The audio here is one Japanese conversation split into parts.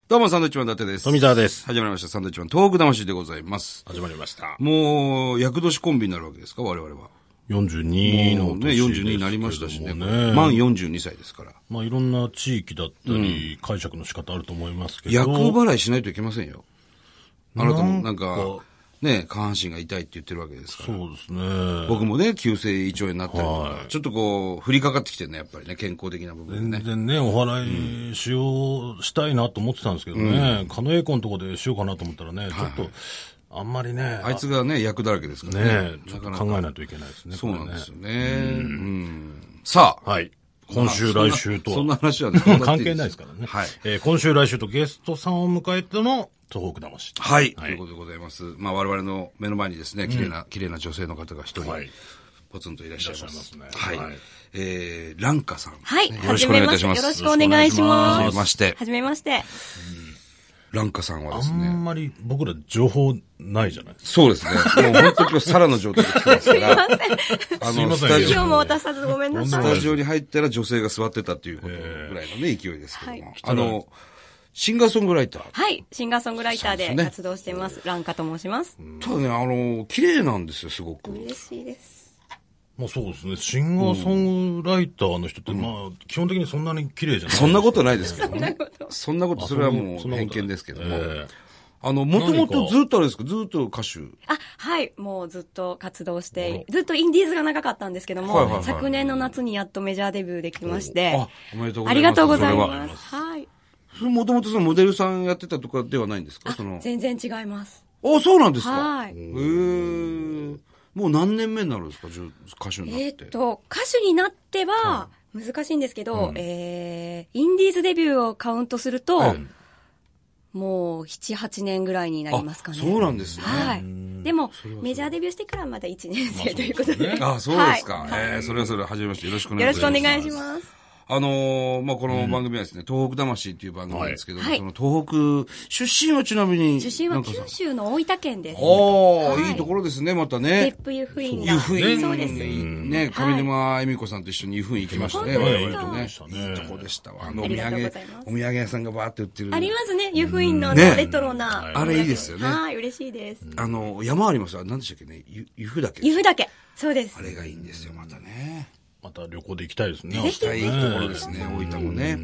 どうも、サンドウィッチマン伊達です。 富澤です。 始まりました。サンドウィッチマン東北魂でございます。 始まりました。 もう、厄年コンビになるわけですか、我々は。 42の年ですね、42になりましたしね。 ね満42歳ですから。 まあ、いろんな地域だったり、解釈の仕方あると思いますけど。 厄払いしないといけませんよ。あなたもなんか、ね、下半身が痛いって言ってるわけですから。 そうですね。 僕もね、急性胃腸炎になったりとか、ちょっとこう、降りかかってきてるね、やっぱりね、健康的な部分でね。 全然ね、お祓いしたいなと思ってたんですけどね、狩野英孝のとこでしようかなと思ったらね、ちょっと、あんまりね。 あいつがね、役だらけですからね。ちょっと考えないといけないですね。 そうなんですよね。さあ。 はい。今週、来週と。 そんな話はね、 関係ないですからね。はい。今週、来週とゲストさんを迎えての東北魂。 はい。ということでございます。まあ、我々の目の前にですね、綺麗な女性の方が一人、ポツンといらっしゃいます。はい。ランカさん。 はい。 よろしくお願いいたします。 よろしくお願いします。 はじめまして。 はじめまして。 ランカさんはですね。 あんまり僕ら情報ないじゃないですか。 そうですね。もう本当今日サラの状態で来てますから。 すいません。 今日も渡さずごめんなさい。 スタジオに入ったら女性が座ってたっていうことぐらいのね、勢いですけども。シンガーソングライター。 はい。シンガーソングライターで活動しています。ランカと申します。 ただね、綺麗なんですよ、すごく。 嬉しいです。 まあそうですね。シンガーソングライターの人って、まあ、基本的にそんなに綺麗じゃない。 そんなことないですけどね。そんなこと、それはもう偏見ですけども。もともとずっとあれですか、ずっと歌手。 はい。もうずっと活動して、ずっとインディーズが長かったんですけども、昨年の夏にやっとメジャーデビューできまして、 おめでとうございます。 ありがとうございます。はい。 もともとそのモデルさんやってたとかではないんですか？ 全然違います。 そうなんですか？ はい。 もう何年目になるんですか？歌手になって。 歌手になっては、難しいんですけど、インディーズデビューをカウントすると、もう7、8年ぐらいになりますかね。 そうなんですね。 はい。でも、メジャーデビューしてからまだ1年生ということで。 そうですか。それはそれは初めましてよろしくお願いします。 よろしくお願いします。 まあ、この番組はですね、東北魂っていう番組なんですけども、その東北、出身はちなみに。 出身は九州の大分県です。 いいところですね、またね。 別府湯布院が。 湯布院。 そうです。 ね、上沼恵美子さんと一緒に湯布院行きましたね、我々とね。いいとこでしたわ。お土産屋さんがバーって売ってる。 ありますね、湯布院のレトロな。 あれいいですよね。 はい、嬉しいです。 山あります。何でしたっけね、湯布岳。 湯布岳。そうです。 あれがいいんですよ、またね。 また旅行で行きたいですね。 行きたいところですね、大分もね。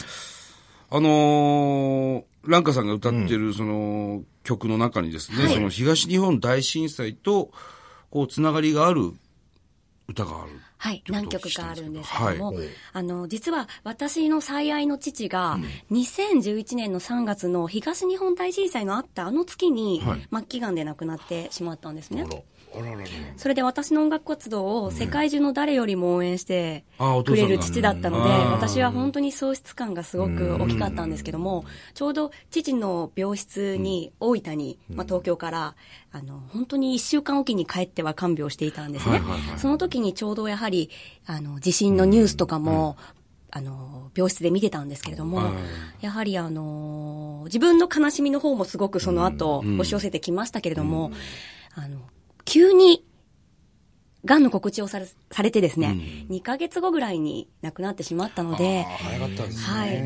ランカさんが歌ってるその曲の中にですね、その東日本大震災とこうつながりがある歌がある。 はい、何曲かあるんですけども、実は私の最愛の父が、2011年の3月の東日本大震災のあったあの月に、末期がんで亡くなってしまったんですね。それで私の音楽活動を世界中の誰よりも応援してくれる父だったので、私は本当に喪失感がすごく大きかったんですけども、ちょうど父の病室に、大分に、東京から、本当に1週間おきに帰っては看病していたんですね。その時にちょうどやはり、地震のニュースとかも、病室で見てたんですけれども、やはり自分の悲しみの方もすごくその後、押し寄せてきましたけれども、急に、癌の告知をされてですね、2ヶ月後ぐらいに亡くなってしまったので、 早かったですね。 はい。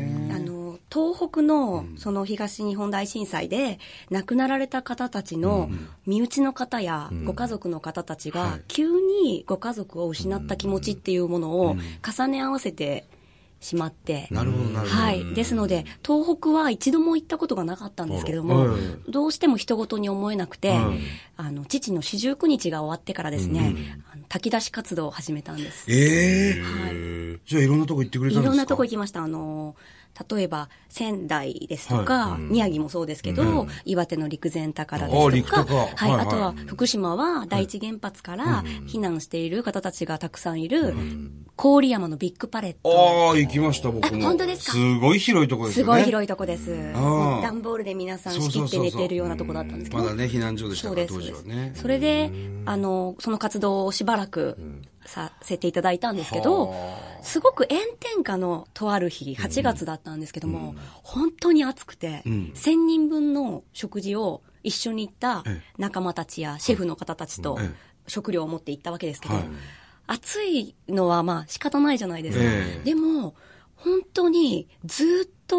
東北の、その東日本大震災で、亡くなられた方たちの、身内の方やご家族の方たちが、急にご家族を失った気持ちっていうものを重ね合わせて、しまって。 なるほど、なるほど。 はい。ですので、東北は一度も行ったことがなかったんですけども、どうしても人事に思えなくて、父の四十九日が終わってからですね、炊き出し活動を始めたんです。 はい。じゃあいろんなとこ行ってくれたんですか？ いろんなとこ行きました。例えば仙台ですとか、宮城もそうですけど、岩手の陸前高田ですとか、はい、あとは福島は第一原発から避難している方たちがたくさんいる、郡山のビッグパレット。 行きました、僕も。 本当ですか？ すごい広いとこですよね。 すごい広いとこです。段ボールで皆さん仕切って寝てるようなとこだったんですけど。 まだね、避難所でしたから、当時はね。 それで、その活動をしばらくさせていただいたんですけど、すごく炎天下のとある日、8月だったんですけども、本当に暑くて、1000人分の食事を一緒に行った仲間たちやシェフの方たちと食料を持って行ったわけですけど、暑いのはまあ仕方ないじゃないですか。でも、本当にずっと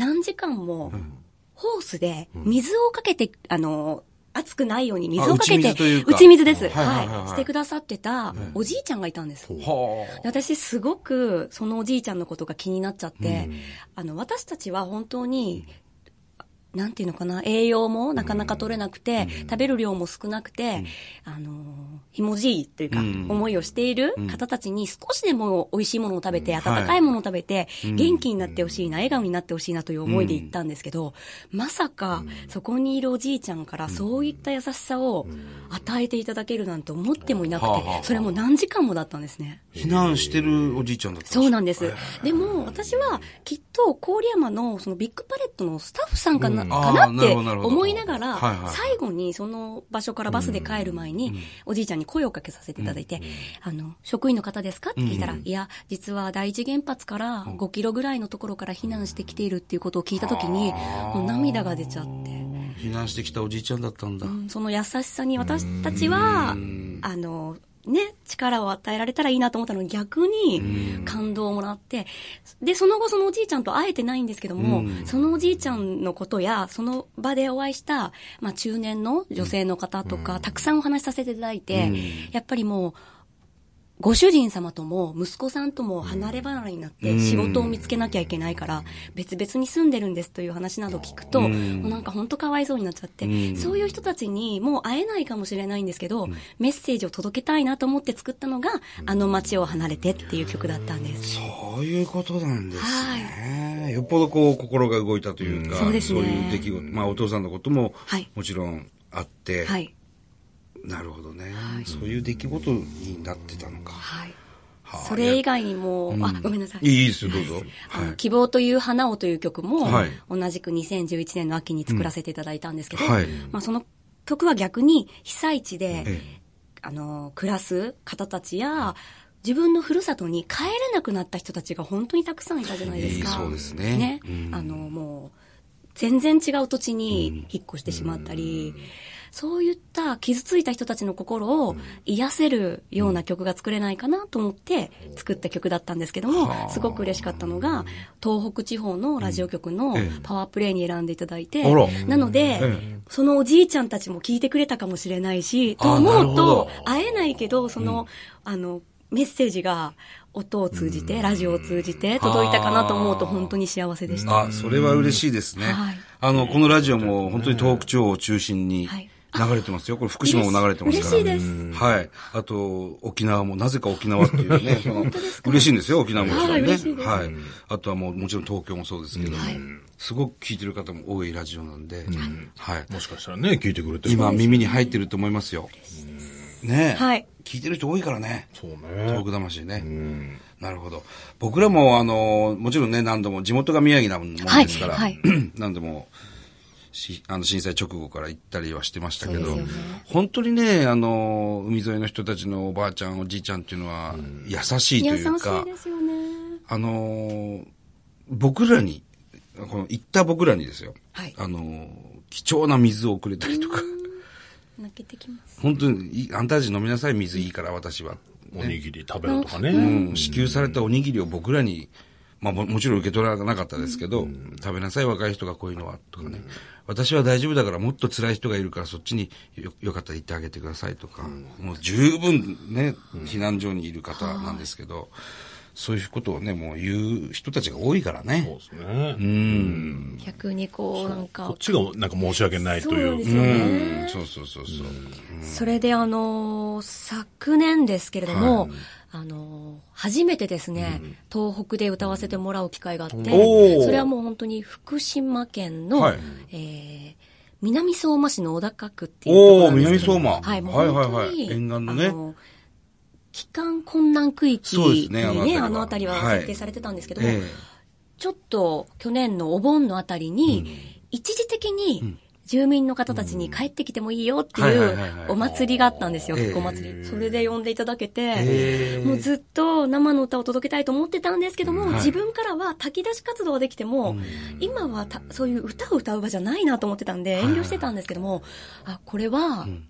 何時間も、ホースで水をかけて、熱くないように水をかけて、打ち水です。はい。してくださってたおじいちゃんがいたんです。私すごくそのおじいちゃんのことが気になっちゃって、私たちは本当に、なんていうのかな、栄養もなかなか取れなくて、食べる量も少なくて、ひもじいというか、思いをしている方たちに少しでも美味しいものを食べて、温かいものを食べて、元気になってほしいな、笑顔になってほしいなという思いで行ったんですけど、まさか、そこにいるおじいちゃんからそういった優しさを与えていただけるなんて思ってもいなくて、それも何時間もだったんですね。 避難してるおじいちゃんだったんですか？ そうなんです。でも、私はきっと郡山のそのビッグパレットのスタッフさんかなって思いながら、最後にその場所からバスで帰る前に、おじいちゃんに声をかけさせていただいて、職員の方ですかって聞いたら、いや、実は第一原発から5キロぐらいのところから避難してきているっていうことを聞いたときに、もう涙が出ちゃって。 避難してきたおじいちゃんだったんだ。 その優しさに私たちは、力を与えられたらいいなと思ったのに逆に感動をもらって、で、その後そのおじいちゃんと会えてないんですけども、そのおじいちゃんのことや、その場でお会いした、中年の女性の方とか、たくさんお話しさせていただいて、やっぱりもう、ご主人様とも息子さんとも離れ離れになって仕事を見つけなきゃいけないから別々に住んでるんですという話など聞くと、もうなんか本当かわいそうになっちゃって、そういう人たちにもう会えないかもしれないんですけど、メッセージを届けたいなと思って作ったのがあの街を離れてっていう曲だったんです。 そういうことなんですね。よっぽどこう心が動いたというか、そうですね、そういう出来事、お父さんのことももちろんあって、なるほどね、そういう出来事になってたのか。 それ以外にも、ごめんなさい。 いいですよ、どうぞ。 希望という花をという曲も、同じく2011年の秋に作らせていただいたんですけど、その曲は逆に被災地で、暮らす方たちや、自分のふるさとに帰れなくなった人たちが本当にたくさんいたじゃないですか。 そうですね。 もう、全然違う土地に引っ越してしまったり、そういった傷ついた人たちの心を癒せるような曲が作れないかなと思って作った曲だったんですけども、すごく嬉しかったのが、東北地方のラジオ局のパワープレイに選んでいただいて、なので、そのおじいちゃんたちも聞いてくれたかもしれないし、と思うと、会えないけど、その、メッセージが音を通じて、ラジオを通じて届いたかなと思うと本当に幸せでした。 それは嬉しいですね。このラジオも本当に東北地方を中心に流れてますよ。これ福島も流れてますから。 嬉しいです。 はい。あと、沖縄も、なぜか沖縄っていうね、嬉しいんですよ、沖縄もちろんね。はい。あとはもちろん東京もそうですけど、すごく聞いてる方も多いラジオなんで、 はい。もしかしたらね、聞いてくれてる。 今耳に入ってると思いますよ。ねえ。はい。聞いてる人多いからね。 そうね。 東北魂ね。なるほど。僕らも、もちろんね、何度も、地元が宮城なもんですから、何度も、震災直後から行ったりはしてましたけど、本当にね、海沿いの人たちのおばあちゃん、おじいちゃんっていうのは、優しいというか、 優しいですよね。 僕らに、行った僕らにですよ、貴重な水をくれたりとか、 泣けてきます。 本当に、あんたたち飲みなさい、水いいから私は。 おにぎり食べろとかね。 支給されたおにぎりを僕らに、もちろん受け取らなかったですけど、食べなさい若い人がこういうのは、とかね。私は大丈夫だからもっと辛い人がいるからそっちによかったら行ってあげてくださいとか、もう十分ね、避難所にいる方なんですけど、そういうことをね、もう言う人たちが多いからね。 そうですね。 逆にこう、なんか。 こっちがなんか申し訳ないという。 そうそうそうそう。 それで昨年ですけれども、初めてですね、東北で歌わせてもらう機会があって、それはもう本当に福島県の、南相馬市の小高区っていうところなんですけど。 南相馬。 はい、もう本当に、 沿岸のね。 帰還困難区域にね、あの辺りは設定されてたんですけども、ちょっと去年のお盆のあたりに、一時的に住民の方たちに帰ってきてもいいよっていうお祭りがあったんですよ、復興祭り。それで呼んでいただけて、もうずっと生の歌を届けたいと思ってたんですけども、自分からは炊き出し活動はできても、今はそういう歌を歌う場じゃないなと思ってたんで、遠慮してたんですけども、これは、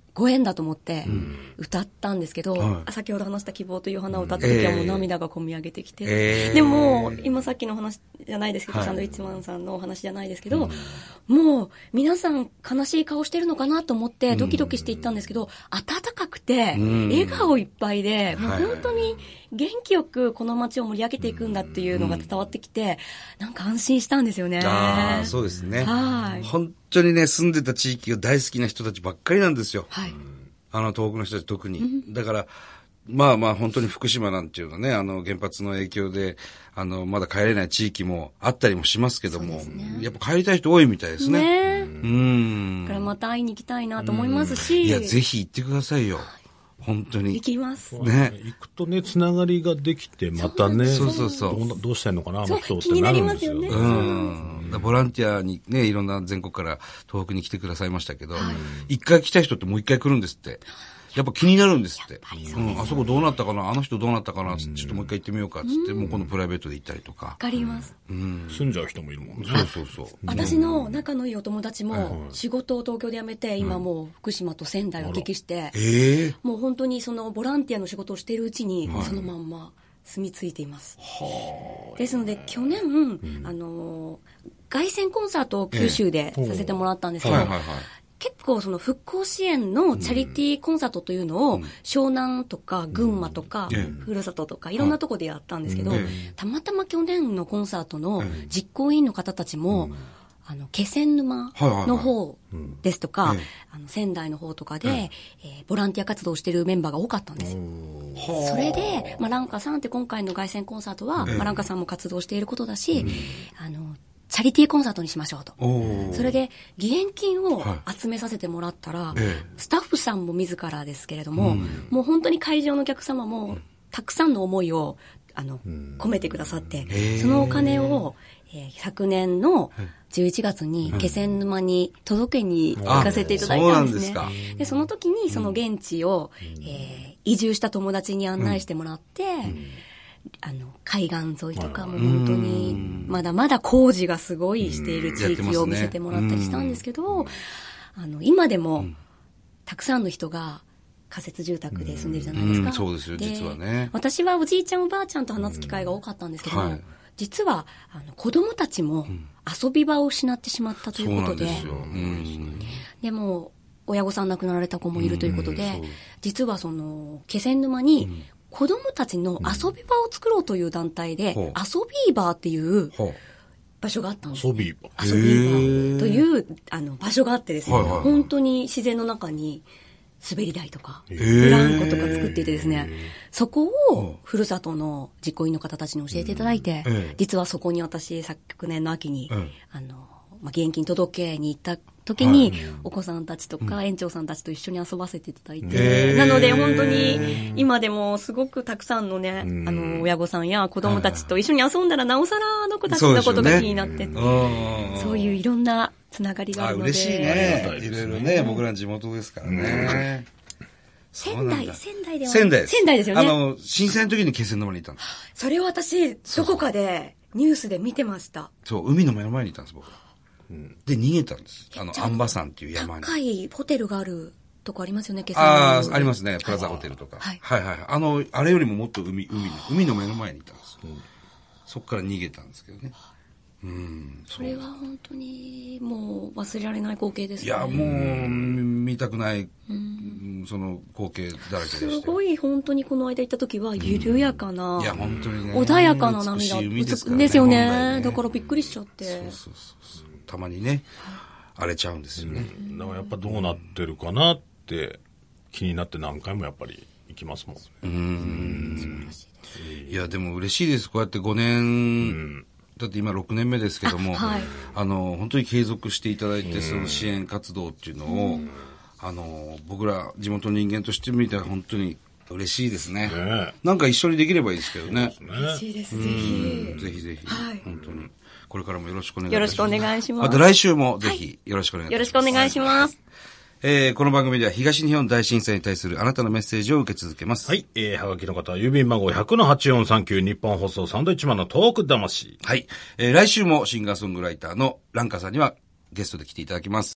ご縁だと思って歌ったんですけど、先ほど話した希望という花を歌った時はもう涙がこみ上げてきて、でも今さっきの話じゃないですけど、サンドウィッチマンさんのお話じゃないですけど、もう皆さん悲しい顔してるのかなと思ってドキドキしていったんですけど、温かくて笑顔いっぱいで、もう本当に元気よくこの街を盛り上げていくんだっていうのが伝わってきて、なんか安心したんですよね。 ああ、そうですね。 はい。 本当にね、住んでた地域が大好きな人たちばっかりなんですよ。 はい。 東北の人たち特に。だから、まあ本当に福島なんていうのはね、原発の影響で、まだ帰れない地域もあったりもしますけども、やっぱ帰りたい人多いみたいですね。 だからまた会いに行きたいなと思いますし。 いや、ぜひ行ってくださいよ。本当に。 行きます。 ね。行くとね、つながりができて、またね、 そう。 どうしたいのかな、あの人って気になりなるんですよ。 ますよね。 ボランティアにね、いろんな全国から東北に来てくださいましたけど、一回来た人ってもう一回来るんですって。やっぱ気になるんですって。あそこどうなったかな、あの人どうなったかな、ちょっともう一回行ってみようかっつって、もうこのプライベートで行ったりとか。 わかります。 住んじゃう人もいるもんね。 そう。 私の仲のいいお友達も仕事を東京で辞めて、今もう福島と仙台を行き来して、もう本当にそのボランティアの仕事をしているうちに、そのまんま住み着いています。ですので去年、凱旋コンサートを九州でさせてもらったんですけど、結構その復興支援のチャリティーコンサートというのを湘南とか群馬とかふるさととかいろんなとこでやったんですけど、たまたま去年のコンサートの実行委員の方たちも気仙沼の方ですとか、仙台の方とかでボランティア活動をしているメンバーが多かったんです。それで、ランカさんって今回の凱旋コンサートは、ランカさんも活動していることだし、チャリティーコンサートにしましょうと。それで、義援金を集めさせてもらったら、スタッフさんも自らですけれども、もう本当に会場のお客様もたくさんの思いを込めてくださって、そのお金を、昨年の11月に気仙沼に届けに行かせていただいたんですね。で、その時にその現地を、移住した友達に案内してもらって、海岸沿いとかも本当にまだまだ工事がすごいしている地域を見せてもらったりしたんですけど、今でもたくさんの人が仮設住宅で住んでるじゃないですか。 そうですよ、実はね。 私はおじいちゃんおばあちゃんと話す機会が多かったんですけど、実は子供たちも遊び場を失ってしまったということで、でも親御さん亡くなられた子もいるということで、実はその気仙沼に子供たちの遊び場を作ろうという団体で、遊びーバーっていう場所があったんです。 遊びーバー。遊びーバーという場所があってですね、本当に自然の中に滑り台とか、ブランコとか作っていてですね、そこをふるさとの実行委員の方たちに教えていただいて、実はそこに私昨年の秋に、義援金届けに行った時に、お子さんたちとか園長さんたちと一緒に遊ばせていただいて、なので本当に今でもすごくたくさんのね、親御さんや子供たちと一緒に遊んだらなおさらあの子たちのことが気になってって、そういういろんなつながりがあるので。 嬉しいね。いろいろね、僕ら地元ですからね。 仙台では仙台ですよね。 震災の時に気仙沼にいたの。 それを私、どこかでニュースで見てました。 そう、海の目の前にいたんです、僕ら。で、逃げたんです。安波山っていう山に。 高いホテルがあるとこありますよね、気仙沼に。 ありますね。プラザホテルとか。あれよりももっと海の目の前にいたんです。そこから逃げたんですけどね。 それは本当にもう忘れられない光景ですね。 いや、もう見たくないその光景だらけでした。 すごい本当にこの間行った時は緩やかな、 いや本当にね、 穏やかな波がですよね。だからびっくりしちゃって。 そうたまにね荒れちゃうんですよね。 だからやっぱどうなってるかなって気になって何回もやっぱり行きますもん。 いやでも嬉しいです。こうやって5年。だって今6年目ですけども、本当に継続していただいて、その支援活動っていうのを、僕ら地元の人間としてみたら本当に嬉しいですね。なんか一緒にできればいいですけどね。 嬉しいです。 ぜひぜひ、本当にこれからもよろしくお願いします。 よろしくお願いします。 あと来週もぜひよろしくお願いします。 よろしくお願いします。 この番組では東日本大震災に対するあなたのメッセージを受け続けます。 はい。はがきの方は郵便番号 100-8439 日本放送サンドイッチマンのトーク魂。 はい。来週もシンガーソングライターのランカさんにはゲストで来ていただきます。